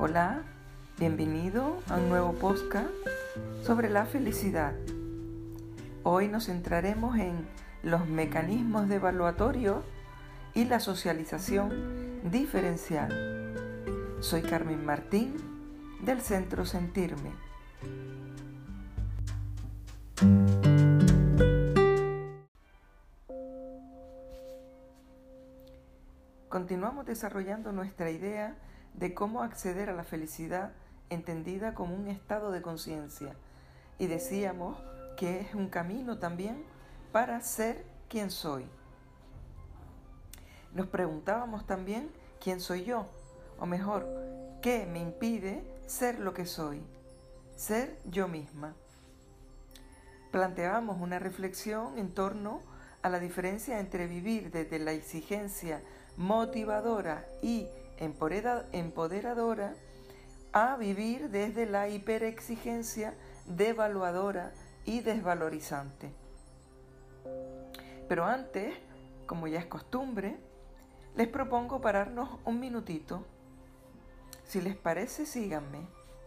Hola, bienvenido a un nuevo podcast sobre la felicidad. Hoy nos centraremos en los mecanismos de evaluatorio y la socialización diferencial. Soy Carmen Martín del Centro Sentirme. Continuamos desarrollando nuestra idea de cómo acceder a la felicidad entendida como un estado de conciencia, y decíamos que es un camino también para ser quien soy. Nos preguntábamos también quién soy yo, o mejor, qué me impide ser lo que soy, ser yo misma. Planteábamos una reflexión en torno a la diferencia entre vivir desde la exigencia motivadora y empoderadora a vivir desde la hiperexigencia devaluadora y desvalorizante. Pero antes, como ya es costumbre, les propongo pararnos un minutito. Si les parece, síganme.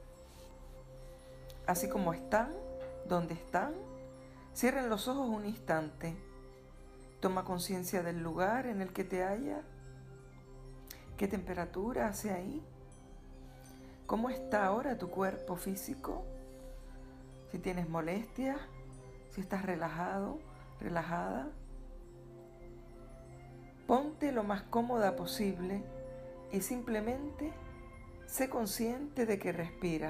Así como están, donde están, cierren los ojos un instante. Toma conciencia del lugar en el que te hallas. ¿Qué temperatura hace ahí? ¿Cómo está ahora tu cuerpo físico? Si tienes molestias, si estás relajado, relajada. Ponte lo más cómoda posible y simplemente sé consciente de que respiras.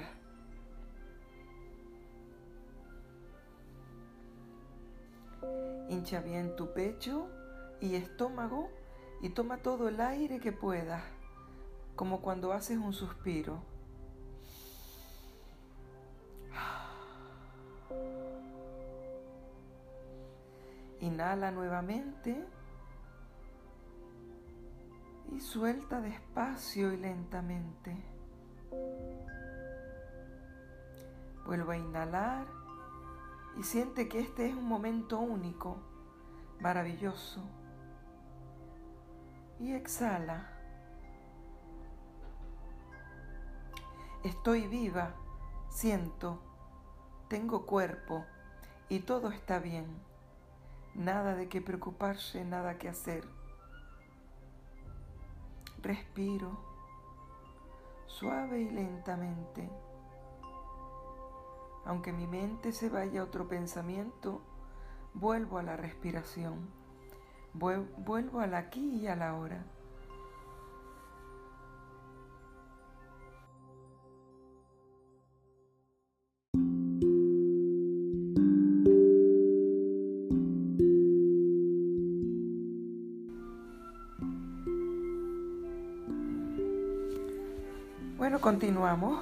Hincha bien tu pecho y estómago y toma todo el aire que puedas, como cuando haces un suspiro. Inhala nuevamente y suelta despacio y lentamente. Vuelve a inhalar y siente que este es un momento único, maravilloso. Y exhala. Estoy viva, siento, tengo cuerpo y todo está bien. Nada de qué preocuparse, nada que hacer. Respiro, suave y lentamente. Aunque mi mente se vaya a otro pensamiento, vuelvo a la respiración. Vuelvo al aquí y a la ahora. Bueno, continuamos.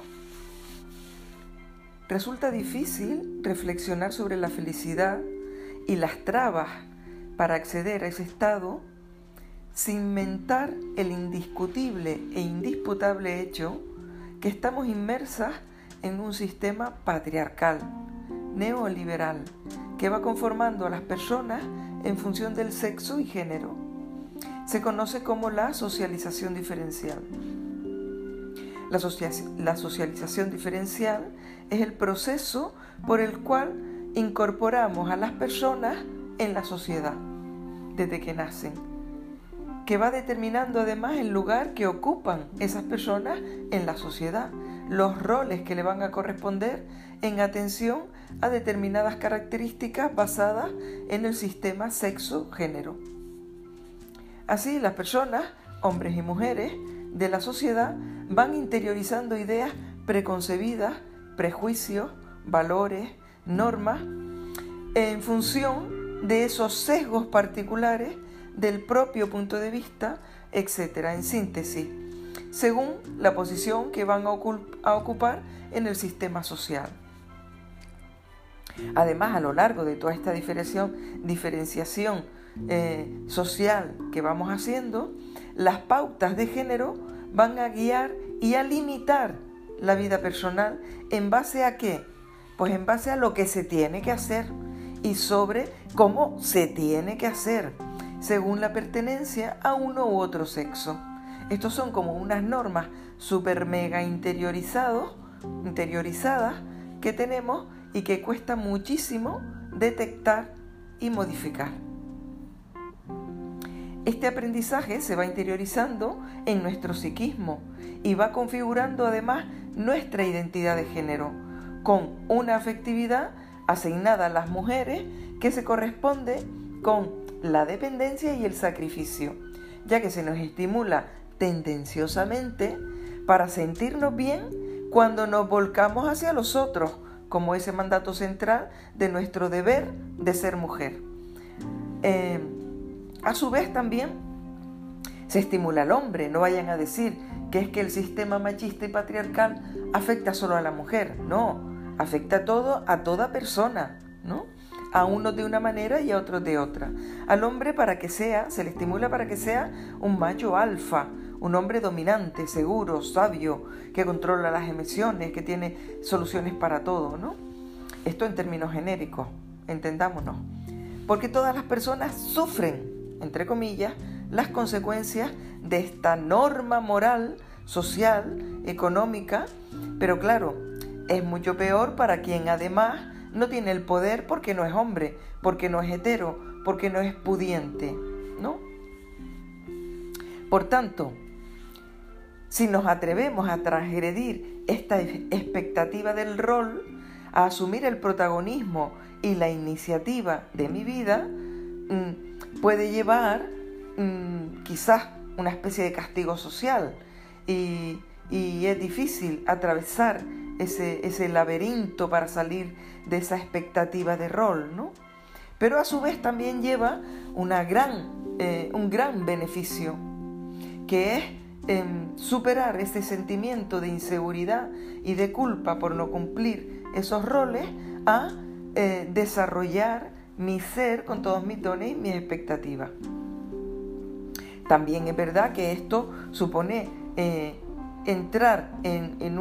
Resulta difícil reflexionar sobre la felicidad y las trabas para acceder a ese estado sin mentar el indiscutible e indisputable hecho que estamos inmersas en un sistema patriarcal, neoliberal, que va conformando a las personas en función del sexo y género. Se conoce como la socialización diferencial. La socialización diferencial es el proceso por el cual incorporamos a las personas en la sociedad desde que nacen, que va determinando además el lugar que ocupan esas personas en la sociedad, los roles que le van a corresponder en atención a determinadas características basadas en el sistema sexo-género. Así, las personas, hombres y mujeres, de la sociedad van interiorizando ideas preconcebidas, prejuicios, valores, normas, en función de esos sesgos particulares del propio punto de vista, etc. En síntesis, según la posición que van a ocupar en el sistema social. Además, a lo largo de toda esta diferenciación social que vamos haciendo, las pautas de género van a guiar y a limitar la vida personal. ¿En base a qué? Pues en base a lo que se tiene que hacer y sobre cómo se tiene que hacer, según la pertenencia a uno u otro sexo. Estos son como unas normas súper mega interiorizadas que tenemos y que cuesta muchísimo detectar y modificar. Este aprendizaje se va interiorizando en nuestro psiquismo y va configurando además nuestra identidad de género, con una afectividad asignada a las mujeres que se corresponde con la dependencia y el sacrificio, ya que se nos estimula tendenciosamente para sentirnos bien cuando nos volcamos hacia los otros, como ese mandato central de nuestro deber de ser mujer. A su vez también se estimula al hombre. No vayan a decir que es que el sistema machista y patriarcal afecta solo a la mujer. No, afecta a toda persona, ¿no? A unos de una manera y a otros de otra. Al hombre se le estimula para que sea un macho alfa, un hombre dominante, seguro, sabio, que controla las emociones, que tiene soluciones para todo, ¿no? Esto en términos genéricos, entendámonos. Porque todas las personas sufren, entre comillas, las consecuencias de esta norma moral, social, económica, pero claro, es mucho peor para quien además no tiene el poder porque no es hombre, porque no es hetero, porque no es pudiente, ¿no? Por tanto, si nos atrevemos a transgredir esta expectativa del rol, a asumir el protagonismo y la iniciativa de mi vida, puede llevar quizás una especie de castigo social y es difícil atravesar ese laberinto para salir de esa expectativa de rol, ¿no? Pero a su vez también lleva un gran beneficio, que es superar ese sentimiento de inseguridad y de culpa por no cumplir esos roles, a desarrollar mi ser con todos mis dones y mis expectativas. También es verdad que esto supone entrar en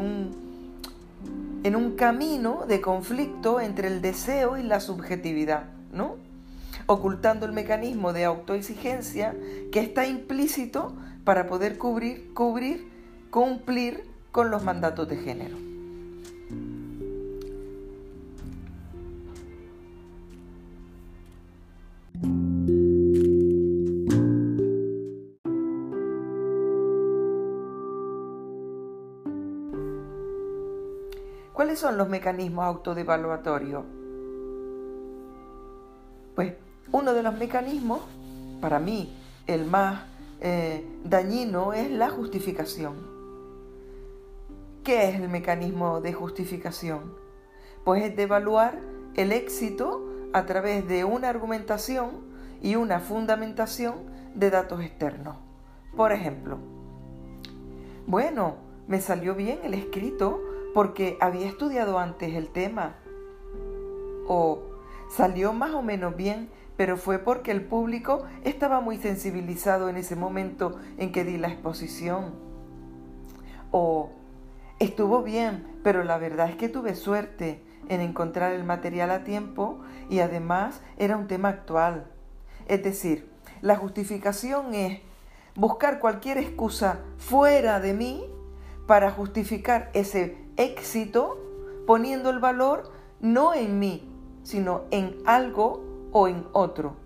un camino de conflicto entre el deseo y la subjetividad, ¿no? Ocultando el mecanismo de autoexigencia que está implícito para poder cumplir con los mandatos de género. ¿Cuáles son los mecanismos autodevaluatorios? Pues uno de los mecanismos, para mí el más dañino, es la justificación. ¿Qué es el mecanismo de justificación? Pues es devaluar el éxito a través de una argumentación y una fundamentación de datos externos. Por ejemplo, bueno, me salió bien el escrito porque había estudiado antes el tema. O salió más o menos bien, pero fue porque el público estaba muy sensibilizado en ese momento en que di la exposición. O estuvo bien, pero la verdad es que tuve suerte en encontrar el material a tiempo y además era un tema actual. Es decir, la justificación es buscar cualquier excusa fuera de mí para justificar ese éxito, poniendo el valor no en mí, sino en algo o en otro.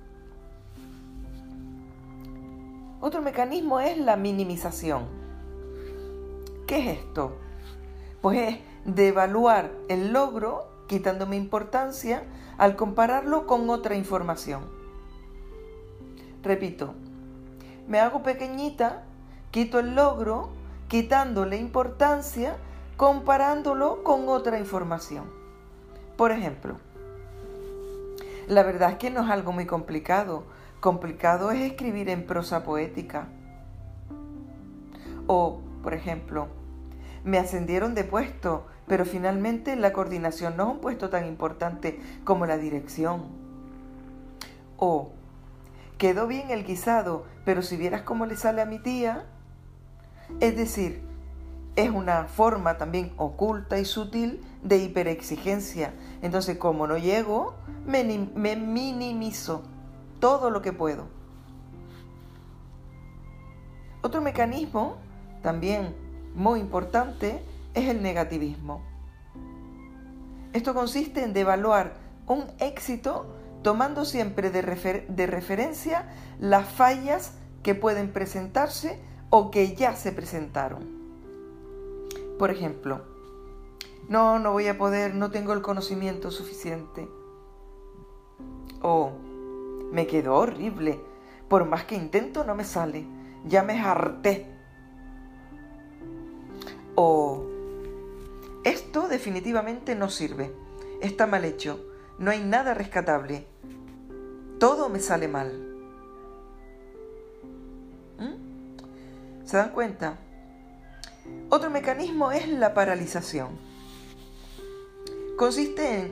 Otro mecanismo es la minimización. ¿Qué es esto? Pues es devaluar el logro, quitándome importancia al compararlo con otra información. Repito, me hago pequeñita, quito el logro, quitándole importancia, comparándolo con otra información. Por ejemplo, la verdad es que no es algo muy complicado. Complicado es escribir en prosa poética. O, por ejemplo, me ascendieron de puesto, pero finalmente la coordinación no es un puesto tan importante como la dirección. O, quedó bien el guisado, pero si vieras cómo le sale a mi tía. Es decir, es una forma también oculta y sutil de hiperexigencia. Entonces, como no llego, me minimizo todo lo que puedo. Otro mecanismo, también muy importante, es el negativismo. Esto consiste en devaluar un éxito tomando siempre de referencia las fallas que pueden presentarse o que ya se presentaron. Por ejemplo, no voy a poder, no tengo el conocimiento suficiente. O me quedó horrible, por más que intento no me sale, ya me harté. O esto definitivamente no sirve, está mal hecho, no hay nada rescatable, todo me sale mal. ¿Se dan cuenta? Otro mecanismo es la paralización. Consiste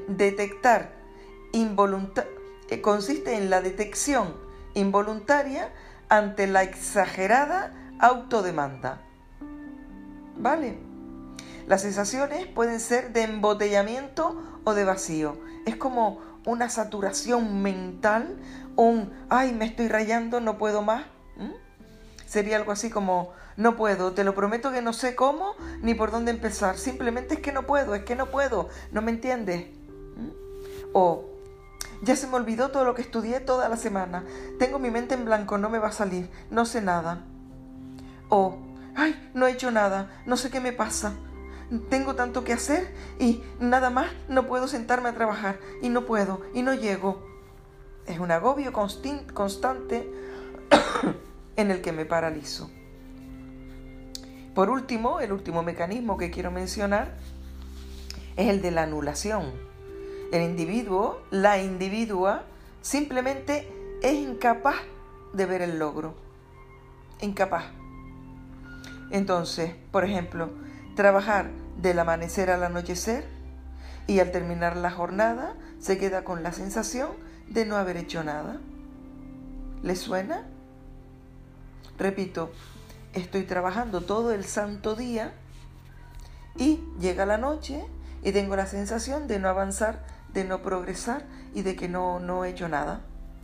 en la detección involuntaria ante la exagerada autodemanda. ¿Vale? Las sensaciones pueden ser de embotellamiento o de vacío. Es como una saturación mental, ay, me estoy rayando, no puedo más. Sería algo así como, no puedo, te lo prometo que no sé cómo ni por dónde empezar. Simplemente es que no puedo, no me entiendes. O, ya se me olvidó todo lo que estudié toda la semana. Tengo mi mente en blanco, no me va a salir, no sé nada. O, ay, no he hecho nada, no sé qué me pasa. Tengo tanto que hacer y nada más no puedo sentarme a trabajar y no puedo y no llego. Es un agobio constante en el que me paralizo. Por último, el último mecanismo que quiero mencionar es el de la anulación. El individuo, la individua, simplemente es incapaz de ver el logro. Incapaz. Entonces, por ejemplo, trabajar del amanecer al anochecer y al terminar la jornada se queda con la sensación de no haber hecho nada. ¿Les suena? Repito, estoy trabajando todo el santo día y llega la noche y tengo la sensación de no avanzar, de no progresar y de que no he hecho nada.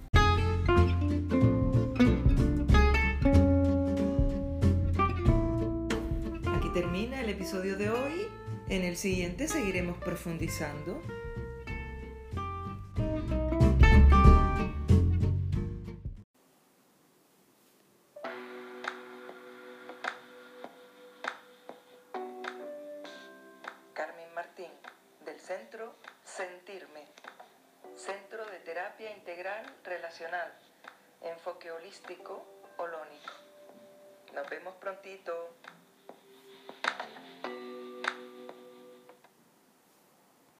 Aquí termina el episodio de hoy. En el siguiente seguiremos profundizando. Carmen Martín, del Centro Sentirme, Centro de Terapia Integral Relacional, Enfoque Holístico Holónico. Nos vemos prontito.